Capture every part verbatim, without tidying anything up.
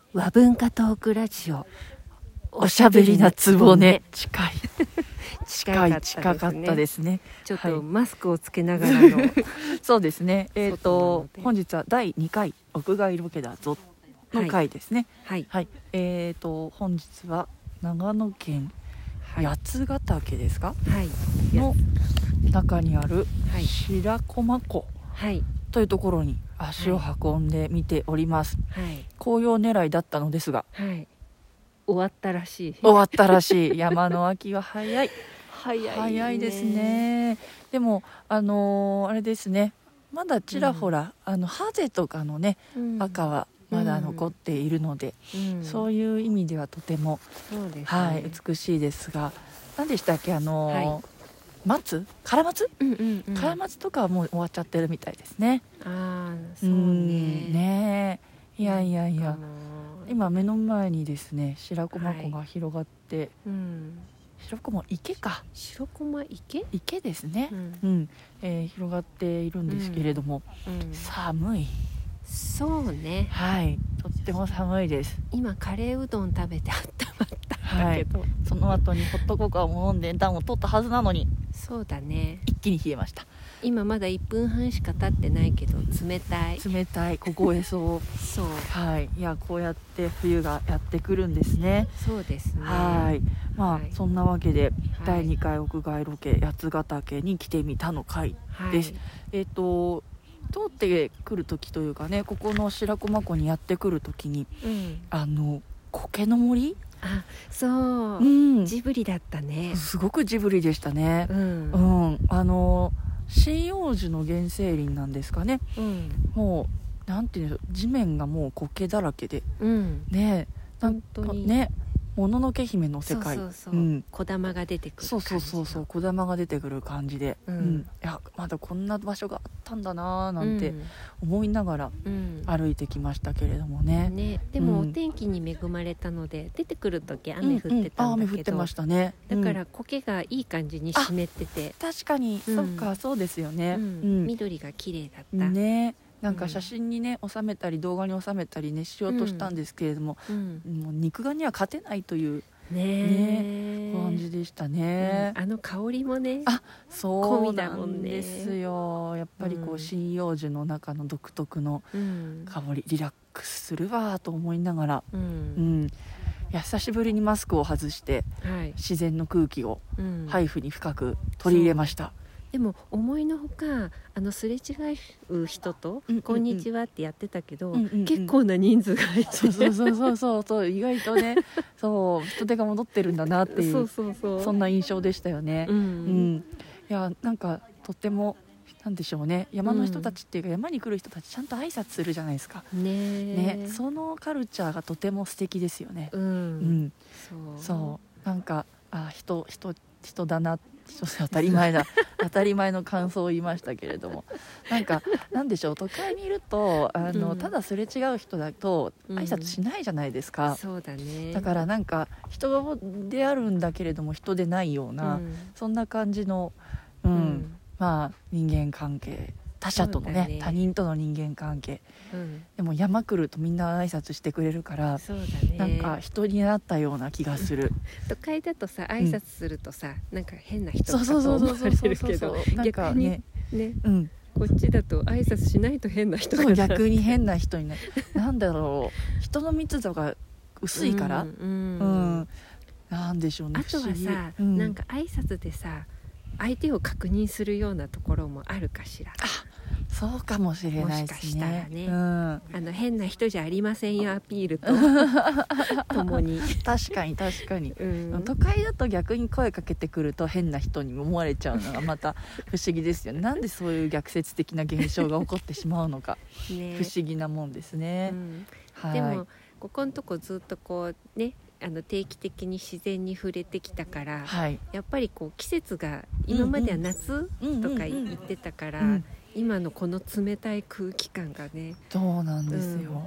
和文化トークラジオおしゃべりなつぼね近い近い近近かったですね。 ちょっとはいマスクをつけながらのそうですね。えっ、 外なとので本日はだいにかい屋外ロケだぞの回ですね。 はいはい。えっ、と本日は長野県はい八ヶ岳ですか、 はいの中にあるはい白駒湖はいというところに足を運んでみております。 はい紅葉狙いだったのですがはい終わったらしい。 終わったらしい。山の秋は早い。 早いね早いですね。でもあのーあれですね、まだちらほら、うん、あのハゼとかのね、うん、赤はまだ残っているので、うん、そういう意味ではとても、 そうですね、 はい、美しいですが、何でしたっけ、あのーはい、松カラマツ、 うんうんうん、 カラマツとかはもう終わっちゃってるみたいですね。 ああそうね。 ねえ、いやいやいや、今目の前にですね白駒湖が広がって、はい、うん、白駒池か白駒池池ですね、 うんうん、えー、広がっているんですけれども、うんうん、寒い。 そうね、 はい、とっても寒いです。 今カレーうどん食べてあったまったんだけど、はい、 その後にホットココアも飲んで暖を取ったはずなのに、 そうだね、 一気に冷えました。 今まだいっぷんはんしか経ってないけど冷たい冷たい、凍えそうそう、 はい、いやこうやって冬がやってくるんですね。 そうですね。 はい、まあ、はい、そんなわけで、はい、だいにかい屋外ロケ八ヶ岳に来てみたの回です、はい、えっ、ー、と通ってくる時というかね、ここの白駒湖にやってくる時に、うん、あの苔の森、 あ、そう、うん、ジブリだったね。 すごくジブリでしたね、うんうん、あの針葉樹の原生林なんですかね、うん、もうなんていうの、地面がもう苔だらけで、うん、ねえ、 本当にね、もののけ姫の世界、 そうそうそう、うん、小玉が出てくる感じ、 そうそうそうそう、小玉が出てくる感じで、うんうん、いやまだこんな場所があったんだななんて思いながら歩いてきましたけれどもね、うんね、 でもお天気に恵まれたので、出てくる時雨降ってたんだけど、うんうん、あ、 雨降ってましたね、 だから苔がいい感じに湿ってて、 確かに、うん、そっか、そうですよね、うんうん、 緑が綺麗だったね。なんか写真にね収めたり動画に収めたりねしようとしたんですけれども、うんうん、もう肉眼には勝てないというね、ね、感じでしたね、 うん、あの香りもね、 あ、そうなんですよ、やっぱりこう針葉樹の中の独特の香り、リラックスするわと思いながら、うんうん、いや久しぶりにマスクを外して、はい、自然の空気を肺腑に深く取り入れました。 でも思いのほか、あのすれ違う人と、うんうんうん、こんにちはってやってたけど、うんうんうん、結構な人数がいて、 そうそうそうそうそう、意外とねそう人手が戻ってるんだなっていう、そうそうそう、そんな印象でしたよね、うんうん、いやなんかとってもなんでしょうね、山の人たちっていうか、うん、山に来る人たちちゃんと挨拶するじゃないですか ね, ね、そのカルチャーがとても素敵ですよね、うんうん、そうそうなんか、あ、人人人だな、当たり前だ当たり前の感想を言いましたけれども、なんかなんでしょう、都会にいるとあの、うん、ただすれ違う人だと挨拶しないじゃないですか、うん、 そうだね、 だからなんか人であるんだけれども人でないような、うん、そんな感じの、うんうん、まあ人間関係、他者との ね, ね他人との人間関係、うん、でも山来るとみんな挨拶してくれるから、そうだね、なんか人になったような気がする都会だとさ挨拶するとさ、うん、なんか変な人だと思われるけど、逆にね、ね、うん、こっちだと挨拶しないと変な人が、 逆に変な人になるなんだろう、人の密度が薄いから、うんうんうん、なんでしょうね、 あとはさ、うん、なんか挨拶でさ相手を確認するようなところもあるかしら。 あ、そうかもしれないですね。もしかしたらね、うん、あの変な人じゃありませんよアピールとともに確かに確かに、うん、都会だと逆に声かけてくると変な人に思われちゃうのがまた不思議ですよねなんでそういう逆説的な現象が起こってしまうのか、ね、不思議なもんですね、うん、はい、でもここのとこずっとこうね、あの定期的に自然に触れてきたから、はい、やっぱりこう季節が今までは夏とか言ってたから、うんうんうんうん、今のこの冷たい空気感がね、 そうなんですよ、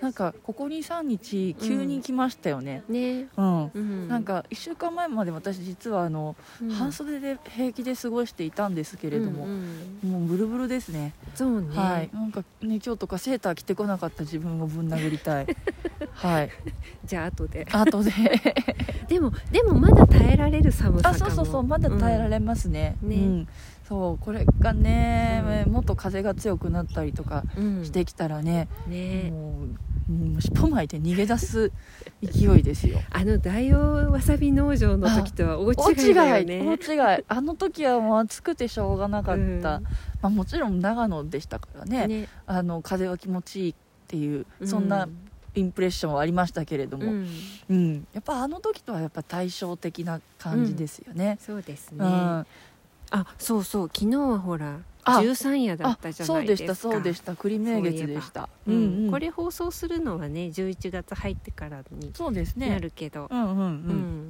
なんかここ にさんにち急に来ましたよね、 うん、ね、 うんうん、なんかいっしゅうかんまえまで私実はあの、うん、半袖で平気で過ごしていたんですけれども、うんうん、もうブルブルですね。 そうね、 はい、なんかね今日とかセーター着てこなかった自分をぶん殴りたいはいじゃあ後で後ででもでもまだ耐えられる寒さかも。 あ、そうそうそう、まだ耐えられますね、うん、ね、うん、そうこれがね、うん、もっと風が強くなったりとかしてきたらね、うん、ね、もうもう尻尾巻いて逃げ出す勢いですよ。 あの大王わさび農場の時とは大違いだよね。 大違い、大違い。あの時はもう暑くてしょうがなかった、うん、まあ、もちろん長野でしたからね、ね、あの風は気持ちいいっていうそんなインプレッションはありましたけれども、うんうん、やっぱあの時とはやっぱ対照的な感じですよね、 うん、そうですね、うん、あ、そうそう、昨日はほら十三夜だったじゃないですか。 そうでした、そうでした、栗名月でした、 うんうん、これ放送するのはねじゅういちがつ入ってからになるけど、 うんうんうんうん、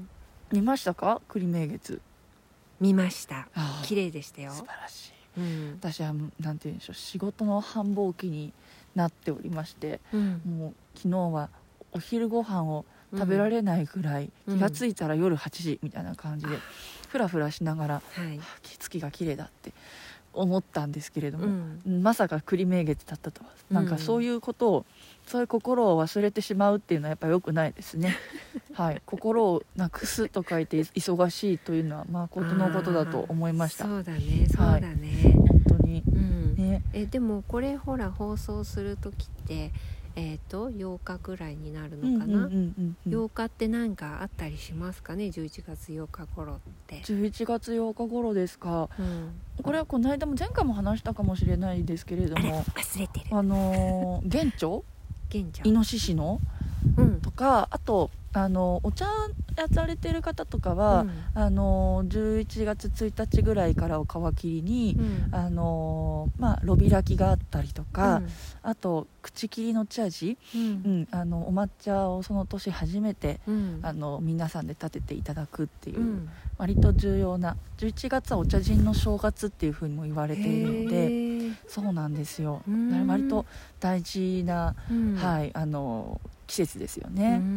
見ましたか栗名月。 見ました。綺麗でしたよ。 素晴らしい、うん、私はなんていうんでしょう、仕事の繁忙期になっておりまして、うん、もう昨日はお昼ご飯を食べられないぐらい、うん、気がついたら夜はちじみたいな感じで、うん、フラフラしながら、はい、月が綺麗だって思ったんですけれども、うん、まさか栗名月だったとは、うん、なんかそういうことを、そういう心を忘れてしまうっていうのはやっぱり良くないですねはい、心をなくすと書いて忙しいというのは誠のことだと思いました。 そうだね、そうだね、はい、 本当に、 うんね、えでもこれほら放送する時ってえー、とようかぐらいになるのかな、うんうんうんうん、ようかって何かあったりしますかね。じゅういちがつようか頃って。 じゅういちがつようか頃ですか、うん、これはこの間も前回も話したかもしれないですけれども、 忘れてる、 あのー、玄町イノシシの、うん、とか、あとあのお茶やされてる方とかは、うん、あのじゅういちがつついたちぐらいからを皮切りに、うん、あのまあ炉開きがあったりとか、うん、あと口切りの茶事、うんうん、あのお抹茶をその年初めて、うん、あの皆さんで立てていただくっていう、うん、割と重要な、じゅういちがつはお茶人の正月っていう風にも言われているので、そうなんですよ、割と大事な、うん、はい、あの季節ですよね。うん、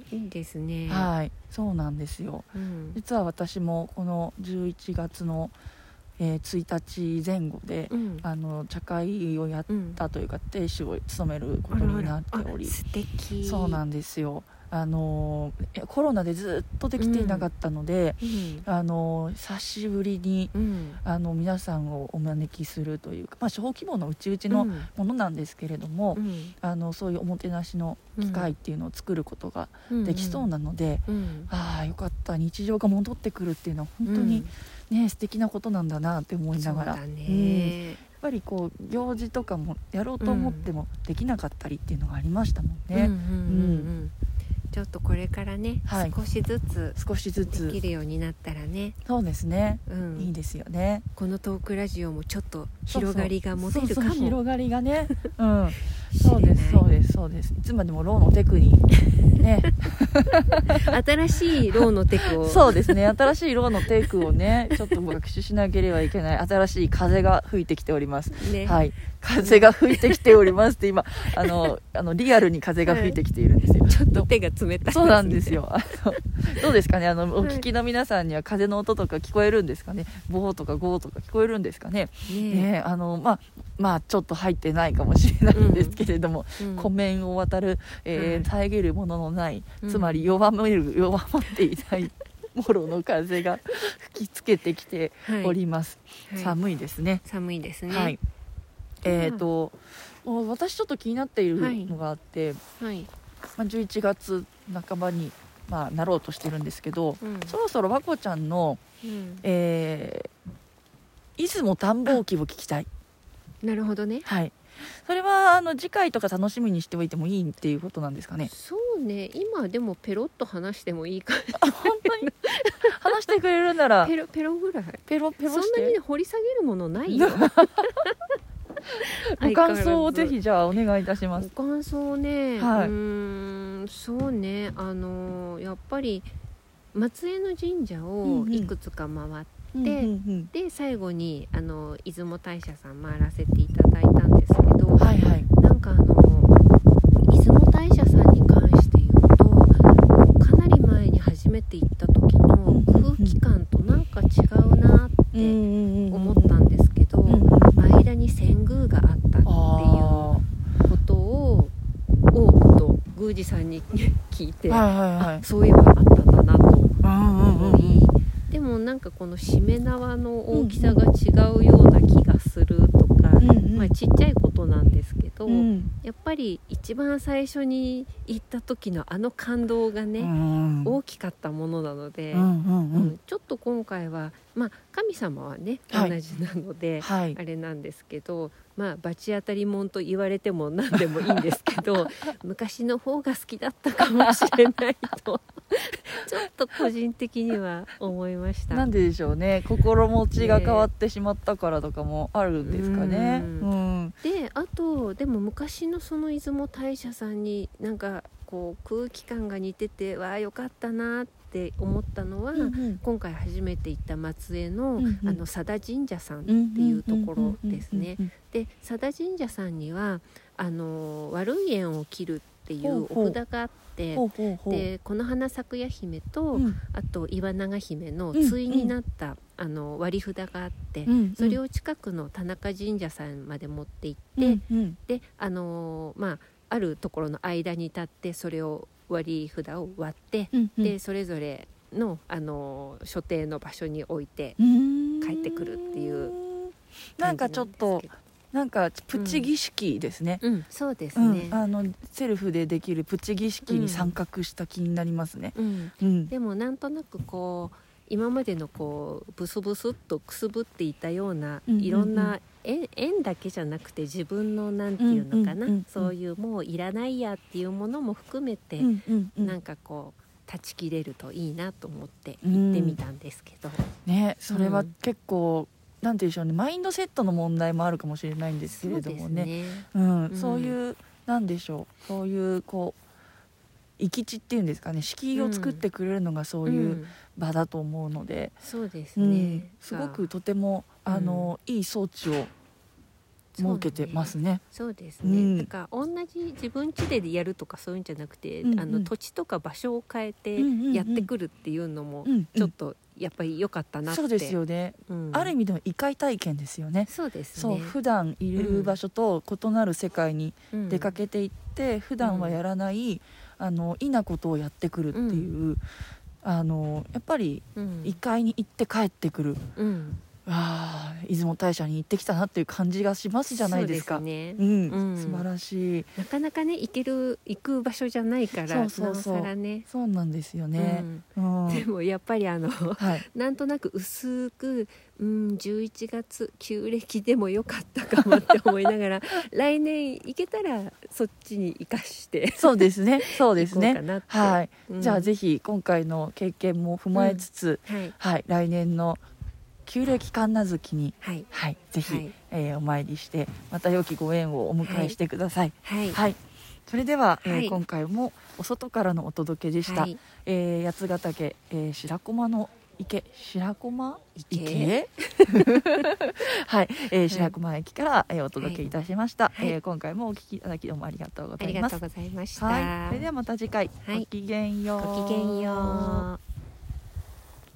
いいですね。 はい、そうなんですよ、うん、実は私もこのじゅういちがつの、えー、ついたちぜん後で、うん、あの茶会をやったというか、亭主を務めることになっており、 素敵。 そうなんですよ。あのコロナでずっとできていなかったので、うん、あの久しぶりに、うん、あの皆さんをお招きするというか、まあ、小規模のうちうちのものなんですけれども、うん、あのそういうおもてなしの機会っていうのを作ることができそうなので、うんうん、ああよかった、日常が戻ってくるっていうのは本当に、ね、うん、素敵なことなんだなって思いながら、 そうだね、 うん、やっぱりこう行事とかもやろうと思ってもできなかったりっていうのがありましたもんね。うんうんうんうん、 ちょっとこれからね、はい、少しずつ少しずつできるようになったらね。 そうですね、うん、いいですよね。 このトークラジオもちょっと広がりが持てるかも。そうそう、 広がりがね、うん、そうですそうですそうです。いつまでもローのテクにね新しいローのテクをそうですね、新しいローのテクをねちょっと学習しなければいけない。新しい風が吹いてきております、ね、はい、風が吹いてきておりますって今あのあのリアルに風が吹いてきているんですよ、はい、 ちょっと手が冷たいです、ね、 そうなんですよ。あのどうですかね、あのお聞きの皆さんには風の音とか聞こえるんですかね。ボーとかゴーとか聞こえるんですかね。ねね、あのまあまあちょっと入ってないかもしれないんですけれども、うん、湖面を渡る、えー、遮るもののない、うん、つまり弱める弱まっていないもろの風が吹きつけてきております、はい、寒いですね。 寒いですね、 はい、えーと私ちょっと気になっているのがあって、はいはい、まあ、じゅういちがつなかばに、まあ、なろうとしてるんですけど、うん、そろそろ和子ちゃんの、うん、えー、出雲探訪記を聞きたい。 なるほどね、 はい、それはあの次回とか楽しみにしておいてもいいっていうことなんですかね。 そうね、今でもペロッと話してもいいかあ、本当に話してくれるならペロペロぐらいペロペロして、 そんなに、ね、掘り下げるものないよご感想をぜひじゃあお願いいたします。 ご感想ね、はい、うーん、そうね、あのやっぱり松江の神社をいくつか回って、うんうんうん、で最後にあの出雲大社さん回らせていただいたんですけど、はいはい、なんかあの出おっと宮司さんに聞いて、 はいはいはい、 そういえばあったんだなと思い、 うんうんうん、 でもなんかこのしめ縄の大きさが違うような気がするとか、うんうん、まあ、ちっちゃいことなんですけど、うん、やっぱり一番最初に行った時のあの感動がね、うん、大きかったものなので、うんうんうんうん、ちょっと今回は、まあ、神様はね同じなので、はい、あれなんですけど、まあ、罰当たりもんと言われても何でもいいんですけど昔の方が好きだったかもしれないとちょっと個人的には思いました。 なんででしょうね、心持ちが変わってしまったからとかもあるんですかね。うん、 であとでも昔のその出雲大社さんになんかこう空気感が似ててわあよかったなって思ったのは、うんうん、今回初めて行った松江の、うんうん、あの佐田神社さんっていうところですね。で佐田神社さんにはあの悪い縁を切るっていうお札があって、ほうほうほう、でこの花咲夜姫と、うん、あと岩永姫の対になった、うんうん、あの割り札があって、うんうん、それを近くの田中神社さんまで持って行って、うんうん、であのまああるところの間に立ってそれを割り札を割って、うんうん、でそれぞれの、あの所定の場所に置いて帰ってくるっていうなんかちょっとなんかプチ儀式ですね、 うんうん、そうですね、 うん、あのセルフでできるプチ儀式に参画した気になりますね、 うんうん、でもなんとなくこう今までのこうブスブスっとくすぶっていたような、うんうんうん、いろんな縁、縁だけじゃなくて自分のなんていうのかな、うんうんうん、そういうもういらないやっていうものも含めて、うんうんうん、なんかこう断ち切れるといいなと思って行ってみたんですけど、 うん、ね、それは結構、うん、なんていうんでしょうね、マインドセットの問題もあるかもしれないんですけれどもね、 そうですね、うんうん、そういうなんでしょう、そういうこう行き地っていうんですかね、敷居を作ってくれるのがそういう場だと思うので、 うん、そうですね、うん、 すごくとてもあの、うん、いい装置を設けてますね。 そうですね、うん、だから同じ自分家でやるとかそういうんじゃなくて、うんうん、あの土地とか場所を変えてやってくるっていうのもちょっとやっぱり良かったなって、 そうですよね、うん、ある意味でも異界体験ですよね。 そうですね、 そう普段いる場所と異なる世界に出かけていって、うん、普段はやらないあのいなことをやってくるっていう、うん、あのやっぱり異界に行って帰ってくる、うん、あ出雲大社に行ってきたなっていう感じがしますじゃないですか。 そうですね、 うんうん、素晴らしい。 なかなかね行ける行く場所じゃないから、そうそうそう、なおさらね、 そうなんですよね、 うんうん、でもやっぱりあの、はい、なんとなく薄く、うん、じゅういちがつ旧暦でもよかったかもって思いながら来年行けたらそっちに生かしてそうですねそうですね、はい、 うん、 じゃあぜひ今回の経験も踏まえつつ、うん、はいはい、来年の旧暦神無月に、はいはい、ぜひ、はい、えー、お参りしてまた良きご縁をお迎えしてください。はい、はい、それでは、えーはい、今回もお外からのお届けでした。はい、えー、八ヶ岳、えー、白駒の池白駒池はい、えー、白駒駅から、えー、お届けいたしました、はい、えー、今回もお聞きいただきどうもありがとうございます。 ありがとうございました。 はい、それではまた次回、はい、ごきげんよう。 ごきげんよう。